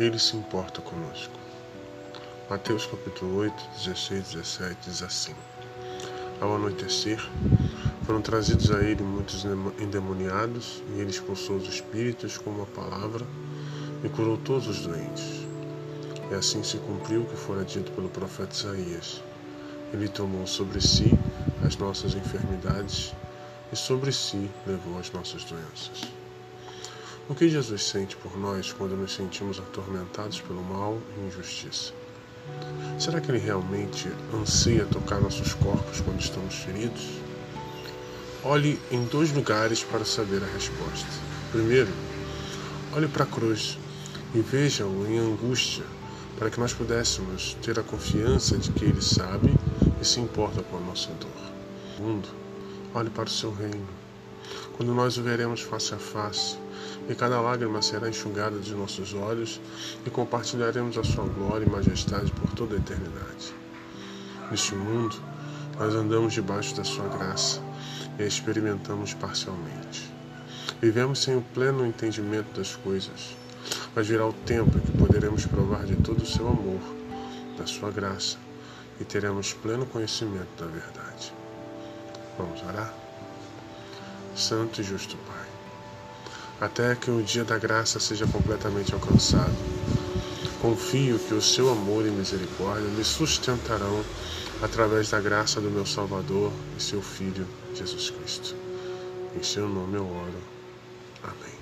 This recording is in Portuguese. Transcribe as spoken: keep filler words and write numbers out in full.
Ele se importa conosco. Mateus capítulo oito, dezesseis e dezessete diz assim: Ao anoitecer, foram trazidos a ele muitos endemoniados, e ele expulsou os espíritos com uma palavra e curou todos os doentes. E assim se cumpriu o que fora dito pelo profeta Isaías. Ele tomou sobre si as nossas enfermidades e sobre si levou as nossas doenças. O que Jesus sente por nós quando nos sentimos atormentados pelo mal e injustiça? Será que Ele realmente anseia tocar nossos corpos quando estamos feridos? Olhe em dois lugares para saber a resposta. Primeiro, olhe para a cruz e veja-o em angústia, para que nós pudéssemos ter a confiança de que Ele sabe e se importa com a nossa dor. Segundo, olhe para o seu reino, quando nós o veremos face a face, e cada lágrima será enxugada de nossos olhos, e compartilharemos a sua glória e majestade por toda a eternidade. Neste mundo, nós andamos debaixo da sua graça e a experimentamos parcialmente. Vivemos sem o pleno entendimento das coisas, mas virá o tempo em que poderemos provar de todo o seu amor, da sua graça, e teremos pleno conhecimento da verdade. Vamos orar? Santo e justo Pai, até que o dia da graça seja completamente alcançado, confio que o seu amor e misericórdia me sustentarão através da graça do meu Salvador e seu Filho, Jesus Cristo. Em seu nome eu oro. Amém.